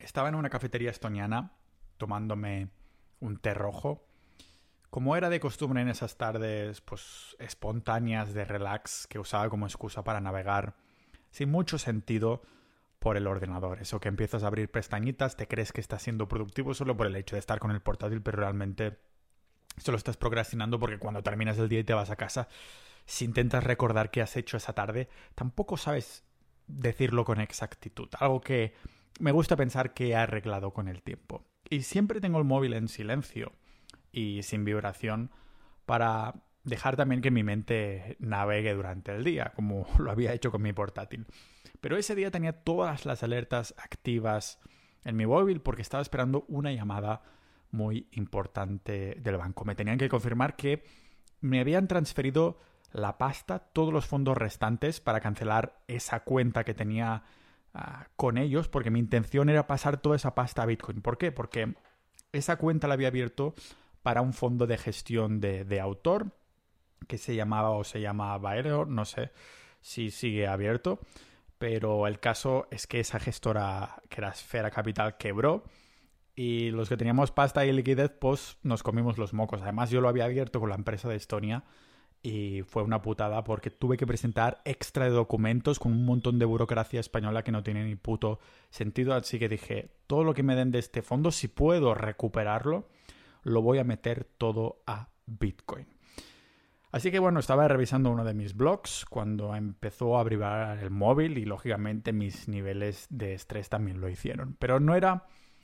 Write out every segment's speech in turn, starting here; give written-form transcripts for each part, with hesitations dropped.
Estaba en una cafetería estoniana tomándome un té rojo. Como era de costumbre en esas tardes pues espontáneas de relax que usaba como excusa para navegar sin mucho sentido por el ordenador. Eso que empiezas a abrir pestañitas, te crees que estás siendo productivo solo por el hecho de estar con el portátil, pero realmente solo estás procrastinando porque cuando terminas el día y te vas a casa, si intentas recordar qué has hecho esa tarde, tampoco sabes decirlo con exactitud. Algo que me gusta pensar que he arreglado con el tiempo. Y siempre tengo el móvil en silencio y sin vibración para dejar también que mi mente navegue durante el día, como lo había hecho con mi portátil. Pero ese día tenía todas las alertas activas en mi móvil porque estaba esperando una llamada muy importante del banco. Me tenían que confirmar que me habían transferido la pasta, todos los fondos restantes para cancelar esa cuenta que tenía con ellos, porque mi intención era pasar toda esa pasta a Bitcoin. ¿Por qué? Porque esa cuenta la había abierto para un fondo de gestión de autor que se llamaba o se llama Baero, no sé si sigue abierto, pero el caso es que esa gestora, que era Esfera Capital, quebró y los que teníamos pasta y liquidez pues nos comimos los mocos. Además yo lo había abierto con la empresa de Estonia y fue una putada porque tuve que presentar extra de documentos con un montón de burocracia española que no tiene ni puto sentido. Así que dije, todo lo que me den de este fondo, si puedo recuperarlo, lo voy a meter todo a Bitcoin. Así que bueno, estaba revisando uno de mis blogs cuando empezó a vibrar el móvil y lógicamente mis niveles de estrés también lo hicieron. Pero no era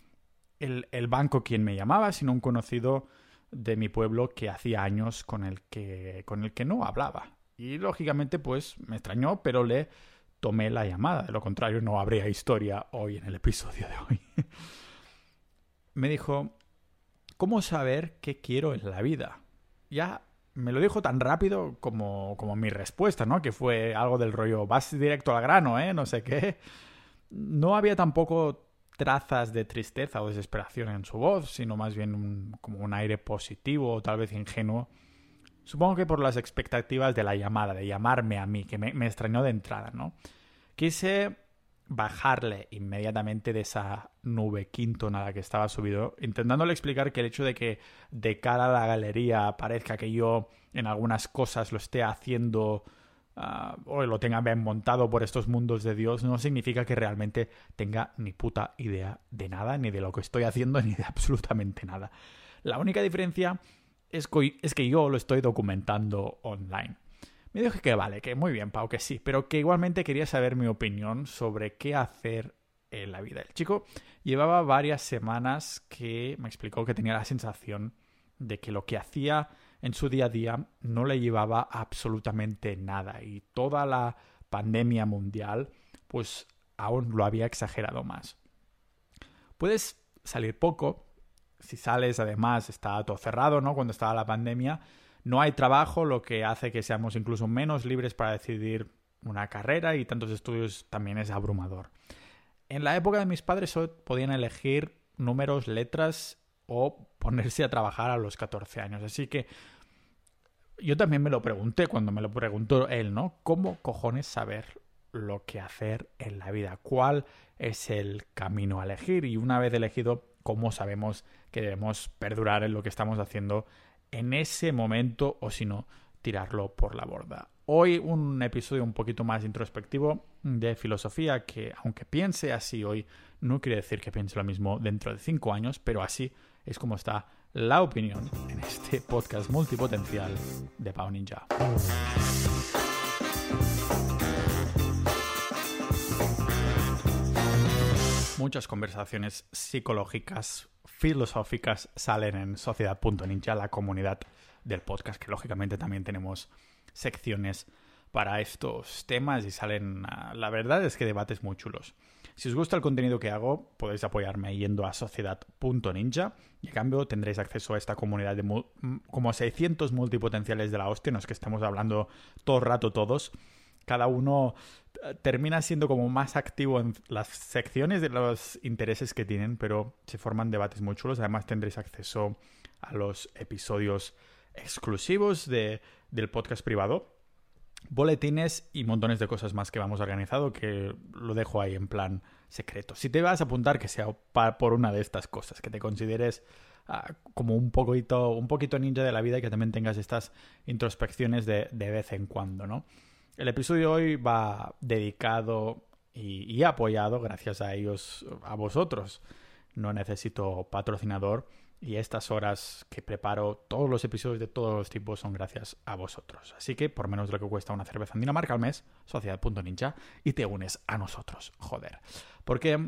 el banco quien me llamaba, sino un conocido de mi pueblo que hacía años con el que no hablaba. Y lógicamente pues me extrañó, pero le tomé la llamada. De lo contrario no habría historia hoy en el episodio de hoy. Me dijo, ¿cómo saber qué quiero en la vida? Ya me lo dijo tan rápido como mi respuesta, ¿no? Que fue algo del rollo, vas directo al grano, no sé qué. No había tampoco trazas de tristeza o desesperación en su voz, sino más bien como un aire positivo o tal vez ingenuo. Supongo que por las expectativas de la llamada, de llamarme a mí, que me extrañó de entrada, ¿no? Quise bajarle inmediatamente de esa nube quintona a la que estaba subido, intentándole explicar que el hecho de que de cara a la galería parezca que yo en algunas cosas lo esté haciendo o lo tenga bien montado por estos mundos de Dios, no significa que realmente tenga ni puta idea de nada, ni de lo que estoy haciendo, ni de absolutamente nada. La única diferencia es que yo lo estoy documentando online. Me dijo que vale, que muy bien, Pau, que sí, pero que igualmente quería saber mi opinión sobre qué hacer en la vida. El chico llevaba varias semanas que me explicó que tenía la sensación de que lo que hacía en su día a día no le llevaba absolutamente nada y toda la pandemia mundial pues aún lo había exagerado más. Puedes salir poco, si sales además está todo cerrado, ¿no? Cuando estaba la pandemia no hay trabajo, lo que hace que seamos incluso menos libres para decidir una carrera y tantos estudios también es abrumador. En la época de mis padres solo podían elegir números, letras o ponerse a trabajar a los 14 años. Así que yo también me lo pregunté cuando me lo preguntó él, ¿no? ¿Cómo cojones saber lo que hacer en la vida? ¿Cuál es el camino a elegir? Y una vez elegido, ¿cómo sabemos que debemos perdurar en lo que estamos haciendo en ese momento o si no, tirarlo por la borda? Hoy un episodio un poquito más introspectivo de filosofía que, aunque piense así hoy, no quiere decir que piense lo mismo dentro de 5 años, pero así es como está la opinión en este podcast multipotencial de Pau Ninja. Muchas conversaciones psicológicas, filosóficas salen en Sociedad.ninja, la comunidad del podcast, que lógicamente también tenemos secciones para estos temas y salen, la verdad es que debates muy chulos. Si os gusta el contenido que hago, podéis apoyarme yendo a Sociedad.ninja y a cambio tendréis acceso a esta comunidad de como 600 multipotenciales de la hostia, en los que estamos hablando todo el rato todos. Cada uno termina siendo como más activo en las secciones de los intereses que tienen, pero se forman debates muy chulos. Además tendréis acceso a los episodios exclusivos del podcast privado, boletines y montones de cosas más que vamos organizado, que lo dejo ahí en plan secreto. Si te vas a apuntar, que sea por una de estas cosas, que te consideres como un poquito ninja de la vida y que también tengas estas introspecciones de vez en cuando, ¿no? El episodio de hoy va dedicado y apoyado gracias a ellos, a vosotros. No necesito patrocinador y estas horas que preparo todos los episodios de todos los tipos son gracias a vosotros. Así que por menos de lo que cuesta una cerveza en Dinamarca al mes, Sociedad.ninja, y te unes a nosotros, joder. Porque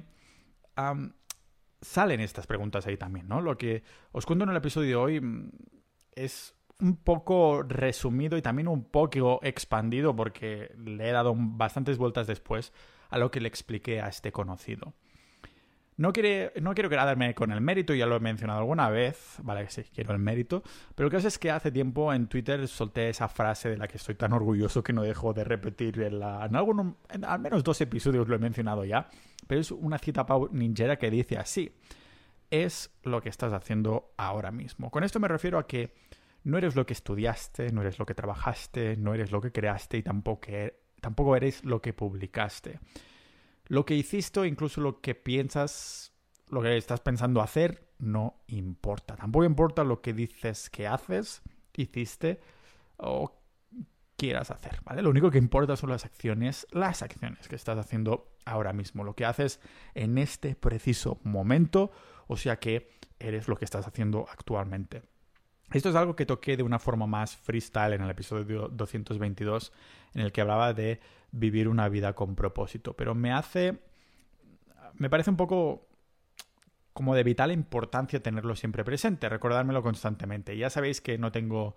salen estas preguntas ahí también, ¿no? Lo que os cuento en el episodio de hoy es un poco resumido y también un poco expandido porque le he dado bastantes vueltas después a lo que le expliqué a este conocido. No quiero quedarme con el mérito, ya lo he mencionado alguna vez, vale que sí, quiero el mérito, pero el caso es que hace tiempo en Twitter solté esa frase de la que estoy tan orgulloso que no dejo de repetir en al menos 2 episodios lo he mencionado ya, pero es una cita Pau ninjera que dice así: es lo que estás haciendo ahora mismo. Con esto me refiero a que no eres lo que estudiaste, no eres lo que trabajaste, no eres lo que creaste y tampoco eres lo que publicaste. Lo que hiciste o incluso lo que piensas, lo que estás pensando hacer, no importa. Tampoco importa lo que dices que haces, hiciste o quieras hacer, ¿vale? Lo único que importa son las acciones que estás haciendo ahora mismo, lo que haces en este preciso momento, o sea que eres lo que estás haciendo actualmente. Esto es algo que toqué de una forma más freestyle en el episodio 222, en el que hablaba de vivir una vida con propósito. Pero me parece un poco como de vital importancia tenerlo siempre presente, recordármelo constantemente. Ya sabéis que no tengo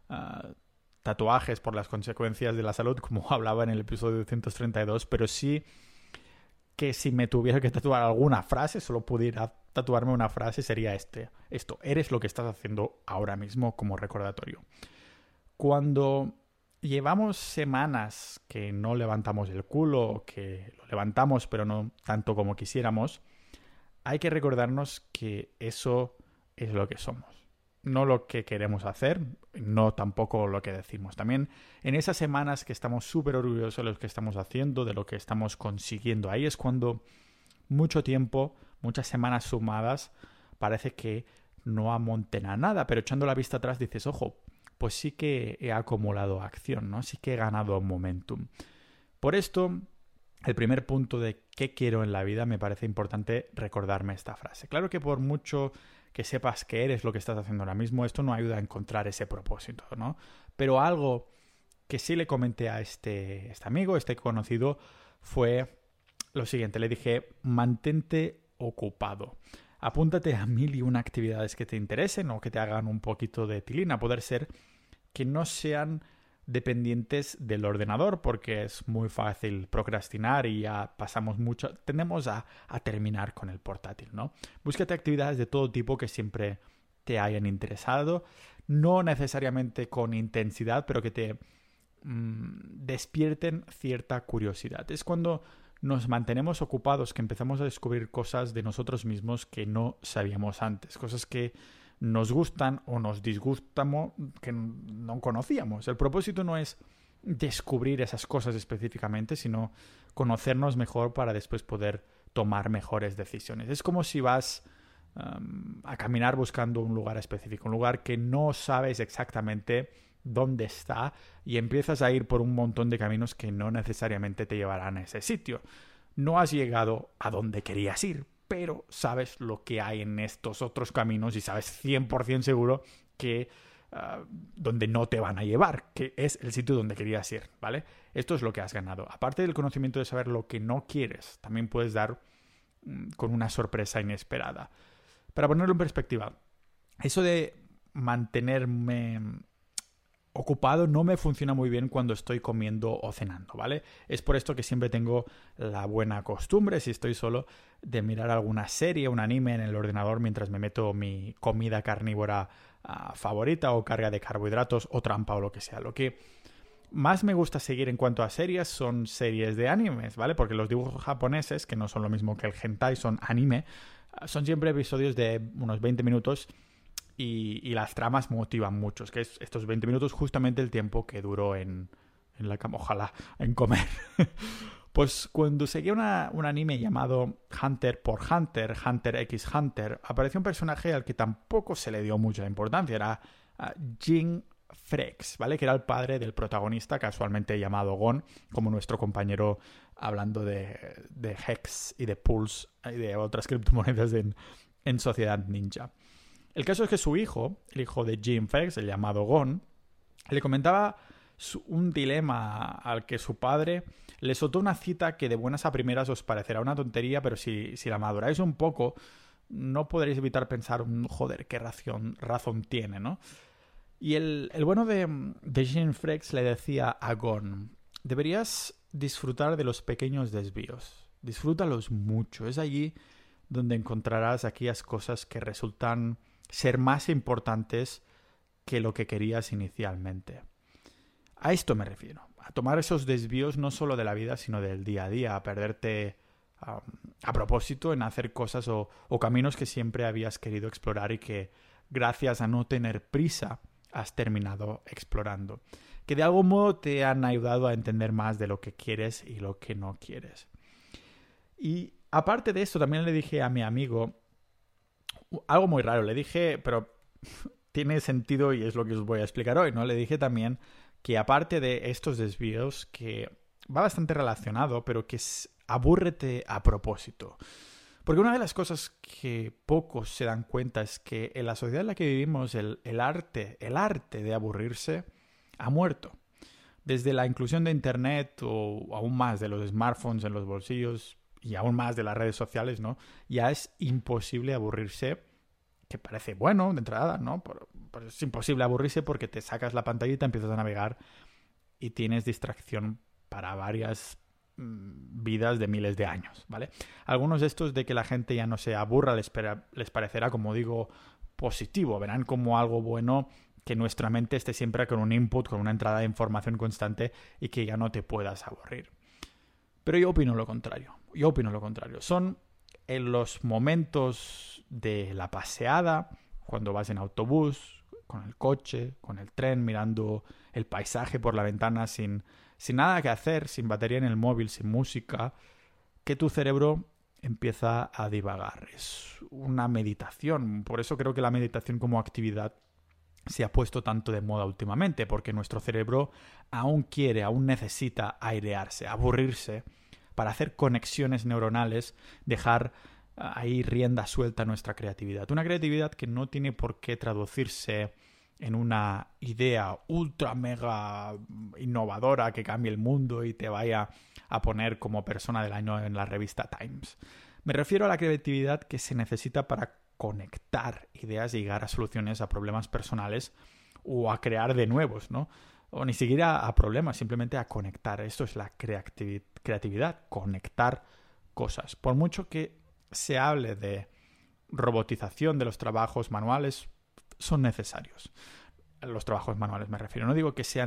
tatuajes por las consecuencias de la salud, como hablaba en el episodio 232, pero sí que si me tuviera que tatuar alguna frase, solo pudiera tatuarme una frase, sería esto: eres lo que estás haciendo ahora mismo, como recordatorio. Cuando llevamos semanas que no levantamos el culo, que lo levantamos pero no tanto como quisiéramos, hay que recordarnos que eso es lo que somos. No lo que queremos hacer, no tampoco lo que decimos. También en esas semanas que estamos súper orgullosos de lo que estamos haciendo, de lo que estamos consiguiendo, ahí es cuando mucho tiempo, muchas semanas sumadas, parece que no amonten a nada, pero echando la vista atrás dices, ojo, pues sí que he acumulado acción, ¿no? Sí que he ganado momentum. Por esto, el primer punto de qué quiero en la vida, me parece importante recordarme esta frase. Claro que por mucho que sepas que eres lo que estás haciendo ahora mismo, esto no ayuda a encontrar ese propósito, ¿no? Pero algo que sí le comenté a este amigo, este conocido, fue lo siguiente. Le dije, mantente ocupado. Apúntate a 1001 actividades que te interesen o que te hagan un poquito de tilín, a poder ser que no sean dependientes del ordenador, porque es muy fácil procrastinar y ya tendemos a terminar con el portátil, ¿no? Búscate actividades de todo tipo que siempre te hayan interesado, no necesariamente con intensidad, pero que te despierten cierta curiosidad. Es cuando nos mantenemos ocupados que empezamos a descubrir cosas de nosotros mismos que no sabíamos antes, cosas que nos gustan o nos disgustan que no conocíamos. El propósito no es descubrir esas cosas específicamente, sino conocernos mejor para después poder tomar mejores decisiones. Es como si vas a caminar buscando un lugar específico, un lugar que no sabes exactamente dónde está y empiezas a ir por un montón de caminos que no necesariamente te llevarán a ese sitio. No has llegado a donde querías ir, pero sabes lo que hay en estos otros caminos y sabes 100% seguro que donde no te van a llevar, que es el sitio donde querías ir, ¿vale? Esto es lo que has ganado. Aparte del conocimiento de saber lo que no quieres, también puedes dar con una sorpresa inesperada. Para ponerlo en perspectiva, eso de mantenerme ocupado no me funciona muy bien cuando estoy comiendo o cenando, ¿vale? Es por esto que siempre tengo la buena costumbre, si estoy solo, de mirar alguna serie, un anime en el ordenador mientras me meto mi comida carnívora favorita o carga de carbohidratos o trampa o lo que sea. Lo que más me gusta seguir en cuanto a series son series de animes, ¿vale? Porque los dibujos japoneses, que no son lo mismo que el hentai, son anime, son siempre episodios de unos 20 minutos y las tramas motivan mucho. Es que es estos 20 minutos justamente el tiempo que duró en la cama, ojalá, en comer. Pues cuando seguía un anime llamado Hunter por Hunter, Hunter x Hunter, apareció un personaje al que tampoco se le dio mucha importancia. Era Jin Frex, ¿vale? Que era el padre del protagonista, casualmente llamado Gon, como nuestro compañero hablando de Hex y de Pulse y de otras criptomonedas en Sociedad Ninja. El caso es que su hijo, el hijo de Jin Frex, el llamado Gon, le comentaba un dilema al que su padre le soltó una cita que de buenas a primeras os parecerá una tontería, pero si la maduráis un poco, no podréis evitar pensar, joder, qué razón tiene, ¿no? Y el bueno de Jin Frex le decía a Gon, deberías disfrutar de los pequeños desvíos, disfrútalos mucho, es allí donde encontrarás aquellas cosas que resultan ser más importantes que lo que querías inicialmente. A esto me refiero, a tomar esos desvíos no solo de la vida, sino del día a día, a perderte a propósito en hacer cosas o caminos que siempre habías querido explorar y que, gracias a no tener prisa, has terminado explorando. Que de algún modo te han ayudado a entender más de lo que quieres y lo que no quieres. Y aparte de esto, también le dije a mi amigo algo muy raro. Le dije, pero tiene sentido y es lo que os voy a explicar hoy, ¿no? Le dije también que aparte de estos desvíos, que va bastante relacionado, pero que es abúrrete a propósito. Porque una de las cosas que pocos se dan cuenta es que en la sociedad en la que vivimos el arte de aburrirse ha muerto. Desde la inclusión de Internet o aún más de los smartphones en los bolsillos y aún más de las redes sociales, ¿no? Ya es imposible aburrirse, que parece bueno de entrada, ¿no? Pero es imposible aburrirse porque te sacas la pantallita, empiezas a navegar y tienes distracción para varias vidas de miles de años, ¿vale? Algunos de estos de que la gente ya no se aburra les parecerá, como digo, positivo. Verán como algo bueno que nuestra mente esté siempre con un input, con una entrada de información constante y que ya no te puedas aburrir. Pero yo opino lo contrario. Son en los momentos de la paseada, cuando vas en autobús, con el coche, con el tren, mirando el paisaje por la ventana sin nada que hacer, sin batería en el móvil, sin música, que tu cerebro empieza a divagar. Es una meditación. Por eso creo que la meditación como actividad se ha puesto tanto de moda últimamente, porque nuestro cerebro aún necesita airearse, aburrirse, para hacer conexiones neuronales, dejar ahí rienda suelta a nuestra creatividad. Una creatividad que no tiene por qué traducirse en una idea ultra mega innovadora que cambie el mundo y te vaya a poner como persona del año en la revista Times. Me refiero a la creatividad que se necesita para conectar ideas y llegar a soluciones a problemas personales o a crear de nuevos, ¿no? O ni siquiera a problemas, simplemente a conectar. Esto es la creatividad, conectar cosas. Por mucho que se hable de robotización de los trabajos manuales, son necesarios. Los trabajos manuales me refiero. No digo que sea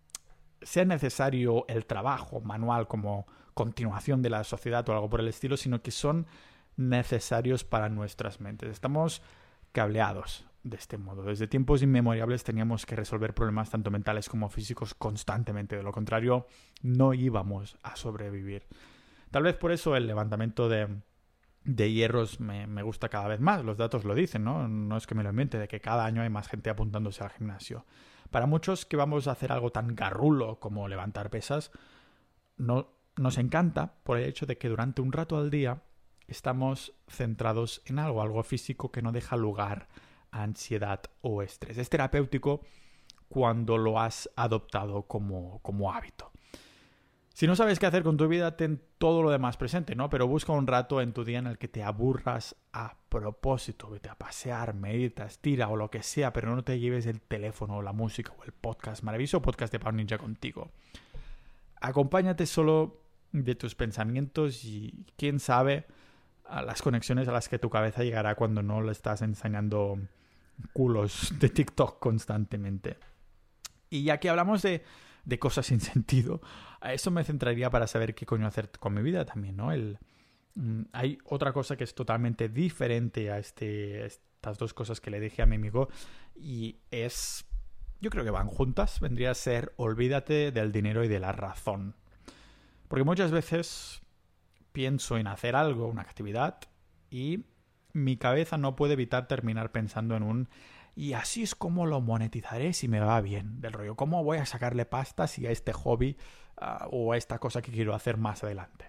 necesario el trabajo manual como continuación de la sociedad o algo por el estilo, sino que son necesarios para nuestras mentes. Estamos cableados de este modo. Desde tiempos inmemoriales teníamos que resolver problemas tanto mentales como físicos constantemente. De lo contrario, no íbamos a sobrevivir. Tal vez por eso el levantamiento de hierros me gusta cada vez más. Los datos lo dicen, ¿no? No es que me lo invente, de que cada año hay más gente apuntándose al gimnasio. Para muchos que vamos a hacer algo tan garrulo como levantar pesas, no nos encanta por el hecho de que durante un rato al día estamos centrados en algo físico que no deja lugar a ansiedad o estrés. Es terapéutico cuando lo has adoptado como hábito. Si no sabes qué hacer con tu vida, ten todo lo demás presente, ¿no? Pero busca un rato en tu día en el que te aburras a propósito. Vete a pasear, meditas, tira o lo que sea, pero no te lleves el teléfono o la música o el podcast, maravilloso podcast de Pau Ninja contigo. Acompáñate solo de tus pensamientos y quién sabe a las conexiones a las que tu cabeza llegará cuando no le estás enseñando culos de TikTok constantemente. Y ya que hablamos de cosas sin sentido, a eso me centraría para saber qué coño hacer con mi vida también, ¿no? Hay otra cosa que es totalmente diferente a estas dos cosas que le dije a mi amigo y yo creo que van juntas, vendría a ser olvídate del dinero y de la razón. Porque muchas veces pienso en hacer algo, una actividad, y mi cabeza no puede evitar terminar pensando en un y así es como lo monetizaré si me va bien, del rollo, ¿cómo voy a sacarle pasta si a este hobby o a esta cosa que quiero hacer más adelante?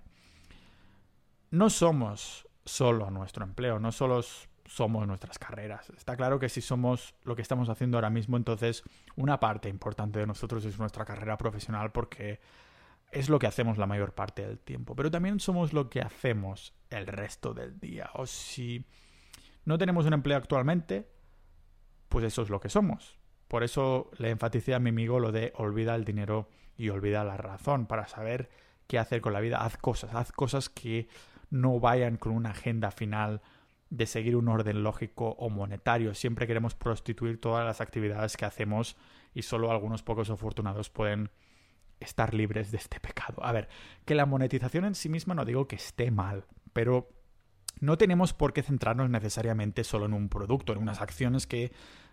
No somos solo nuestro empleo, no solo somos nuestras carreras. Está claro que si somos lo que estamos haciendo ahora mismo, entonces una parte importante de nosotros es nuestra carrera profesional porque es lo que hacemos la mayor parte del tiempo. Pero también somos lo que hacemos el resto del día. O si no tenemos un empleo actualmente, pues eso es lo que somos. Por eso le enfaticé a mi amigo lo de olvida el dinero y olvida la razón, para saber qué hacer con la vida. Haz cosas que no vayan con una agenda final de seguir un orden lógico o monetario. Siempre queremos prostituir todas las actividades que hacemos y solo algunos pocos afortunados pueden estar libres de este pecado. A ver, que la monetización en sí misma no digo que esté mal, pero no tenemos por qué centrarnos necesariamente solo en un producto, en unas acciones que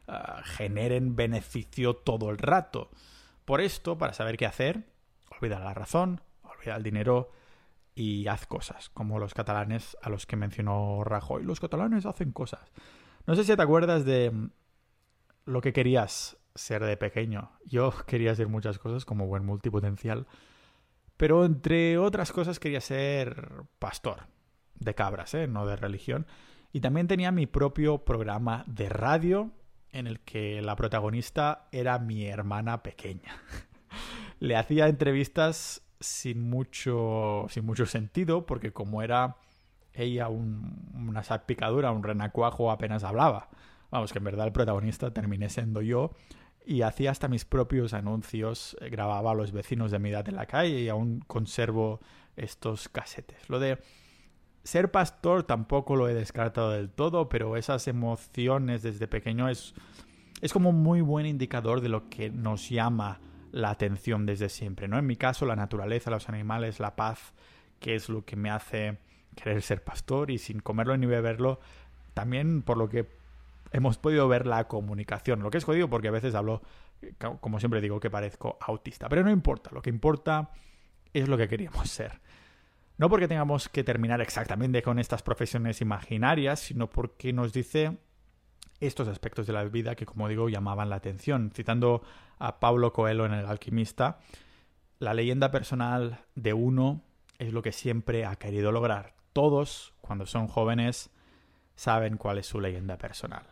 generen beneficio todo el rato. Por esto, para saber qué hacer, olvida la razón, olvida el dinero y haz cosas, como los catalanes a los que mencionó Rajoy. Los catalanes hacen cosas. No sé si te acuerdas de lo que querías ser de pequeño. Yo quería ser muchas cosas como buen multipotencial, pero entre otras cosas quería ser pastor de cabras, no de religión. Y también tenía mi propio programa de radio en el que la protagonista era mi hermana pequeña. Le hacía entrevistas sin mucho sentido, porque como era ella una salpicadura, un renacuajo, apenas hablaba. Vamos, que en verdad el protagonista terminé siendo yo, y hacía hasta mis propios anuncios, grababa a los vecinos de mi edad en la calle y aún conservo estos casetes. Lo de ser pastor tampoco lo he descartado del todo, pero esas emociones desde pequeño es como un muy buen indicador de lo que nos llama la atención desde siempre, ¿no? En mi caso, la naturaleza, los animales, la paz, que es lo que me hace querer ser pastor, y sin comerlo ni beberlo, también por lo que hemos podido ver la comunicación. Lo que es jodido porque a veces hablo, como siempre digo, que parezco autista, pero no importa, lo que importa es lo que queríamos ser. No porque tengamos que terminar exactamente con estas profesiones imaginarias, sino porque nos dice estos aspectos de la vida que, como digo, llamaban la atención. Citando a Paulo Coelho en El alquimista, la leyenda personal de uno es lo que siempre ha querido lograr. Todos, cuando son jóvenes, saben cuál es su leyenda personal.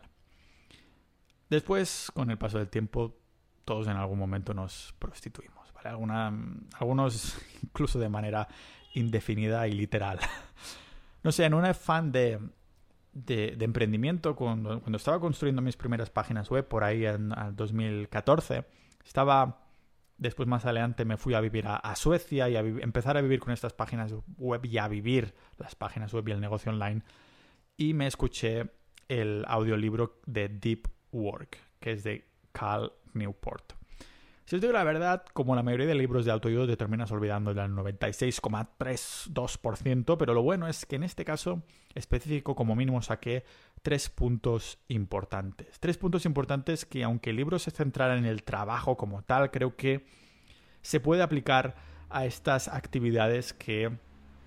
Después, con el paso del tiempo, todos en algún momento nos prostituimos, ¿vale? Algunos incluso de manera indefinida y literal. No sé, en un afán de emprendimiento, cuando estaba construyendo mis primeras páginas web, por ahí en 2014, después más adelante me fui a vivir a Suecia y a empezar a vivir con estas páginas web y a vivir las páginas web y el negocio online, y me escuché el audiolibro de Deep Work, que es de Cal Newport. Si os digo la verdad, como la mayoría de libros de autoayuda, te terminas olvidando del 96,32%, pero lo bueno es que en este caso específico, como mínimo, saqué 3 puntos importantes. 3 puntos importantes que, aunque el libro se centrara en el trabajo como tal, creo que se puede aplicar a estas actividades que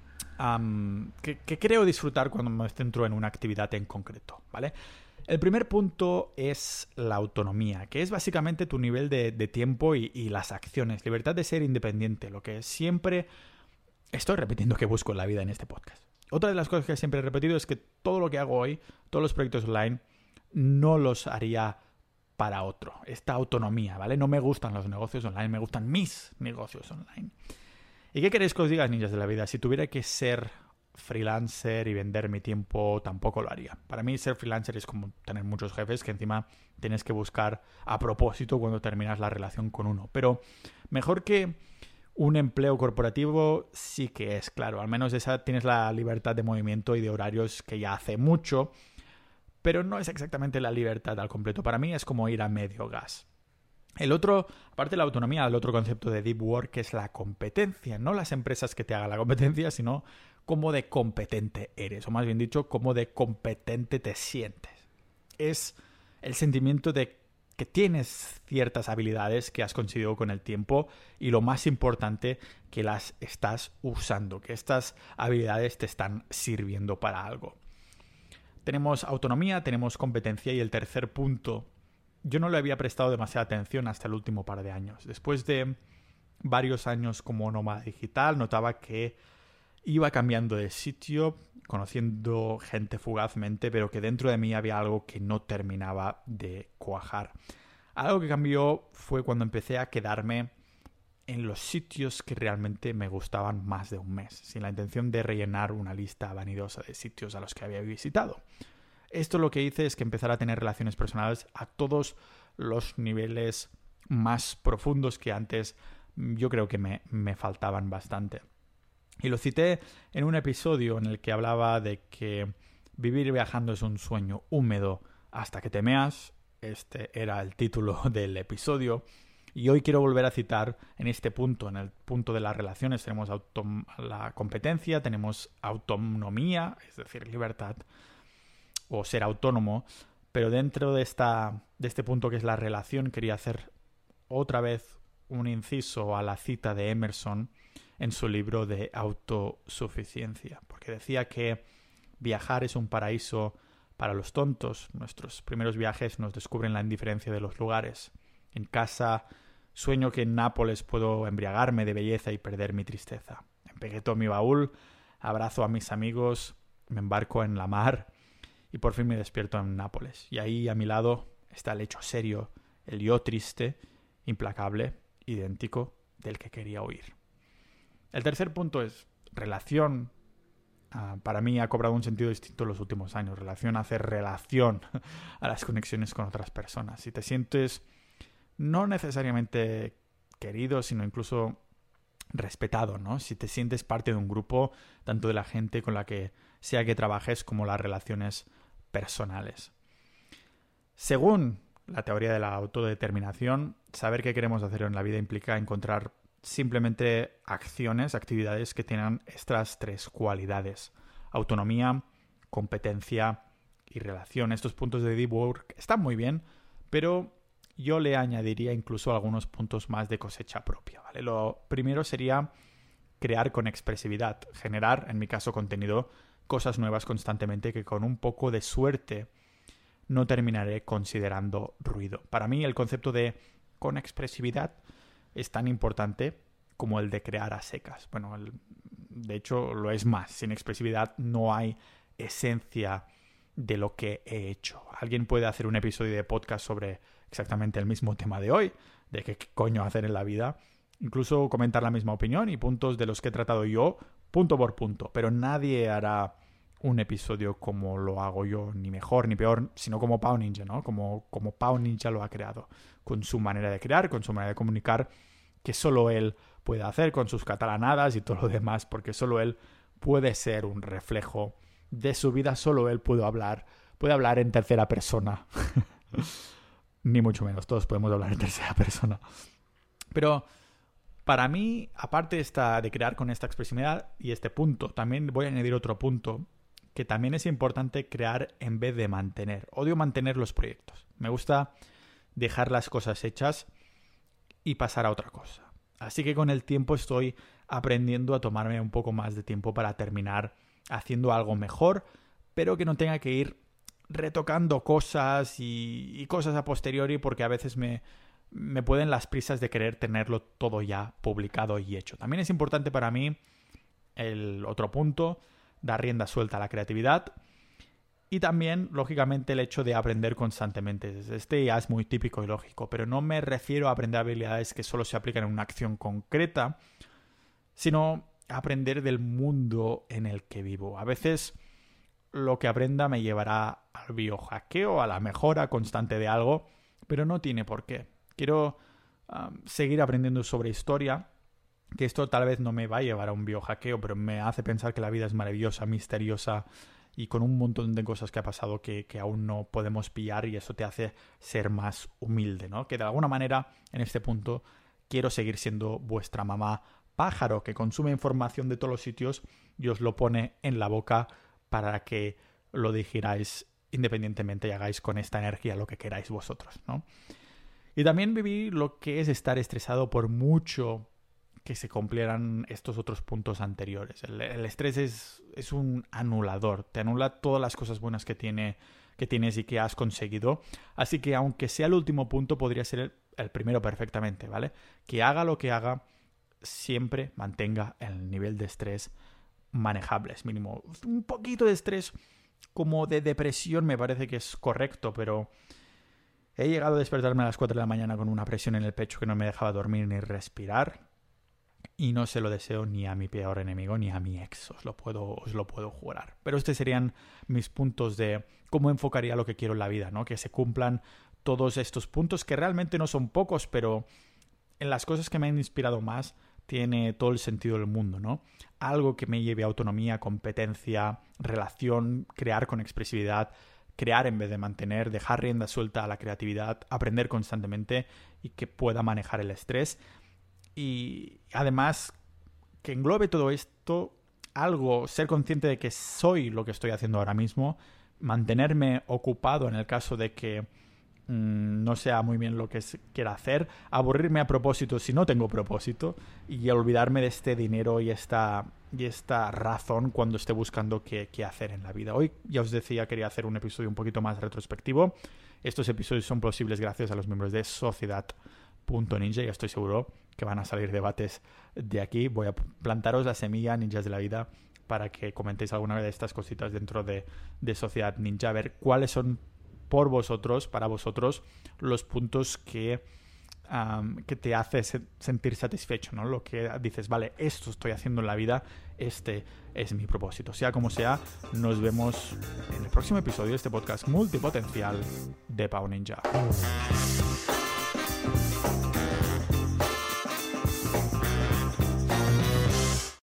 creo disfrutar cuando me centro en una actividad en concreto, ¿vale? El primer punto es la autonomía, que es básicamente tu nivel de tiempo y las acciones. Libertad de ser independiente, lo que siempre estoy repitiendo que busco en la vida en este podcast. Otra de las cosas que siempre he repetido es que todo lo que hago hoy, todos los proyectos online, no los haría para otro. Esta autonomía, ¿vale? No me gustan los negocios online, me gustan mis negocios online. ¿Y qué queréis que os diga, ninjas de la vida? Si tuviera que ser freelancer y vender mi tiempo, tampoco lo haría. Para mí ser freelancer es como tener muchos jefes que encima tienes que buscar a propósito cuando terminas la relación con uno. Pero mejor que un empleo corporativo sí que es, claro. Al menos tienes la libertad de movimiento y de horarios que ya hace mucho, pero no es exactamente la libertad al completo. Para mí es como ir a medio gas. El otro, aparte de la autonomía, el otro concepto de Deep Work es la competencia. No las empresas que te hagan la competencia, sino cómo de competente eres, o más bien dicho, cómo de competente te sientes. Es el sentimiento de que tienes ciertas habilidades que has conseguido con el tiempo y lo más importante, que las estás usando, que estas habilidades te están sirviendo para algo. Tenemos autonomía, tenemos competencia y el tercer punto, yo no le había prestado demasiada atención hasta el último par de años. Después de varios años como nómada digital, notaba que iba cambiando de sitio, conociendo gente fugazmente, pero que dentro de mí había algo que no terminaba de cuajar. Algo que cambió fue cuando empecé a quedarme en los sitios que realmente me gustaban más de un mes, sin la intención de rellenar una lista vanidosa de sitios a los que había visitado. Esto lo que hice es que empezar a tener relaciones personales a todos los niveles más profundos que antes yo creo que me faltaban bastante. Y lo cité en un episodio en el que hablaba de que vivir viajando es un sueño húmedo hasta que te meas. Este era el título del episodio. Y hoy quiero volver a citar en este punto, en el punto de las relaciones, tenemos la competencia, tenemos autonomía, es decir, libertad o ser autónomo, pero dentro de este punto que es la relación quería hacer otra vez un inciso a la cita de Emerson en su libro de autosuficiencia, porque decía que viajar es un paraíso para los tontos. Nuestros primeros viajes nos descubren la indiferencia de los lugares. En casa sueño que en Nápoles puedo embriagarme de belleza y perder mi tristeza. Empaqueto mi baúl, abrazo a mis amigos, me embarco en la mar y por fin me despierto en Nápoles. Y ahí a mi lado está el hecho serio, el yo triste, implacable, idéntico del que quería huir. El tercer punto es relación. Para mí ha cobrado un sentido distinto en los últimos años. Relación hace relación a las conexiones con otras personas. Si te sientes no necesariamente querido, sino incluso respetado, ¿no? Si te sientes parte de un grupo, tanto de la gente con la que sea que trabajes como las relaciones personales. Según la teoría de la autodeterminación, saber qué queremos hacer en la vida implica encontrar simplemente actividades que tengan estas tres cualidades: autonomía, competencia y relación. Estos puntos de deep work están muy bien, pero yo le añadiría incluso algunos puntos más de cosecha propia, ¿vale? Lo primero sería crear con expresividad, generar, en mi caso, contenido, cosas nuevas constantemente que con un poco de suerte no terminaré considerando ruido. Para mí el concepto de con expresividad es tan importante como el de crear a secas. Bueno, de hecho lo es más. Sin expresividad no hay esencia de lo que he hecho. Alguien puede hacer un episodio de podcast sobre exactamente el mismo tema de hoy, de qué coño hacer en la vida, incluso comentar la misma opinión y puntos de los que he tratado yo, punto por punto, pero nadie hará un episodio como lo hago yo, ni mejor ni peor, sino como Pau Ninja, ¿no? Como Pau Ninja lo ha creado, con su manera de crear, con su manera de comunicar, que solo él puede hacer, con sus catalanadas y todo lo demás, porque solo él puede ser un reflejo de su vida, solo él puede hablar en tercera persona. Ni mucho menos, todos podemos hablar en tercera persona. Pero para mí, aparte de crear con esta expresividad y este punto, también voy a añadir otro punto, que también es importante crear en vez de mantener. Odio mantener los proyectos. Me gusta dejar las cosas hechas y pasar a otra cosa. Así que con el tiempo estoy aprendiendo a tomarme un poco más de tiempo para terminar haciendo algo mejor, pero que no tenga que ir retocando cosas y cosas a posteriori, porque a veces me pueden las prisas de querer tenerlo todo ya publicado y hecho. También es importante para mí el otro punto, dar rienda suelta a la creatividad y también, lógicamente, el hecho de aprender constantemente. Este ya es muy típico y lógico, pero no me refiero a aprender habilidades que solo se aplican en una acción concreta, sino a aprender del mundo en el que vivo. A veces lo que aprenda me llevará al biohackeo, a la mejora constante de algo, pero no tiene por qué. Quiero seguir aprendiendo sobre historia, que esto tal vez no me va a llevar a un biohackeo, pero me hace pensar que la vida es maravillosa, misteriosa y con un montón de cosas que ha pasado que aún no podemos pillar, y eso te hace ser más humilde, ¿no? Que de alguna manera, en este punto, quiero seguir siendo vuestra mamá pájaro, que consume información de todos los sitios y os lo pone en la boca para que lo digiráis independientemente y hagáis con esta energía lo que queráis vosotros, ¿no? Y también viví lo que es estar estresado por mucho que se cumplieran estos otros puntos anteriores. El estrés es un anulador, te anula todas las cosas buenas que tienes y que has conseguido. Así que aunque sea el último punto, podría ser el primero perfectamente, ¿vale? Que haga lo que haga, siempre mantenga el nivel de estrés manejable, es mínimo. Un poquito de estrés como de depresión me parece que es correcto, pero he llegado a despertarme a las 4 de la mañana con una presión en el pecho que no me dejaba dormir ni respirar. Y no se lo deseo ni a mi peor enemigo ni a mi ex, os lo puedo jurar. Pero estos serían mis puntos de cómo enfocaría lo que quiero en la vida, ¿no? Que se cumplan todos estos puntos, que realmente no son pocos, pero en las cosas que me han inspirado más tiene todo el sentido del mundo, ¿no? Algo que me lleve a autonomía, competencia, relación, crear con expresividad, crear en vez de mantener, dejar rienda suelta a la creatividad, aprender constantemente y que pueda manejar el estrés. Y además que englobe todo esto, ser consciente de que soy lo que estoy haciendo ahora mismo, mantenerme ocupado en el caso de que no sea muy bien lo que quiera hacer, aburrirme a propósito si no tengo propósito y olvidarme de este dinero y esta razón cuando esté buscando qué hacer en la vida. Hoy, ya os decía, quería hacer un episodio un poquito más retrospectivo. Estos episodios son posibles gracias a los miembros de Sociedad.ninja y estoy seguro que van a salir debates de aquí. Voy a plantaros la semilla, ninjas de la vida, para que comentéis alguna de estas cositas dentro de Sociedad Ninja, a ver cuáles son para vosotros, los puntos que te hace sentir satisfecho, ¿no? Lo que dices, vale, esto estoy haciendo en la vida, este es mi propósito. Sea como sea, nos vemos en el próximo episodio de este podcast multipotencial de Pau Ninja.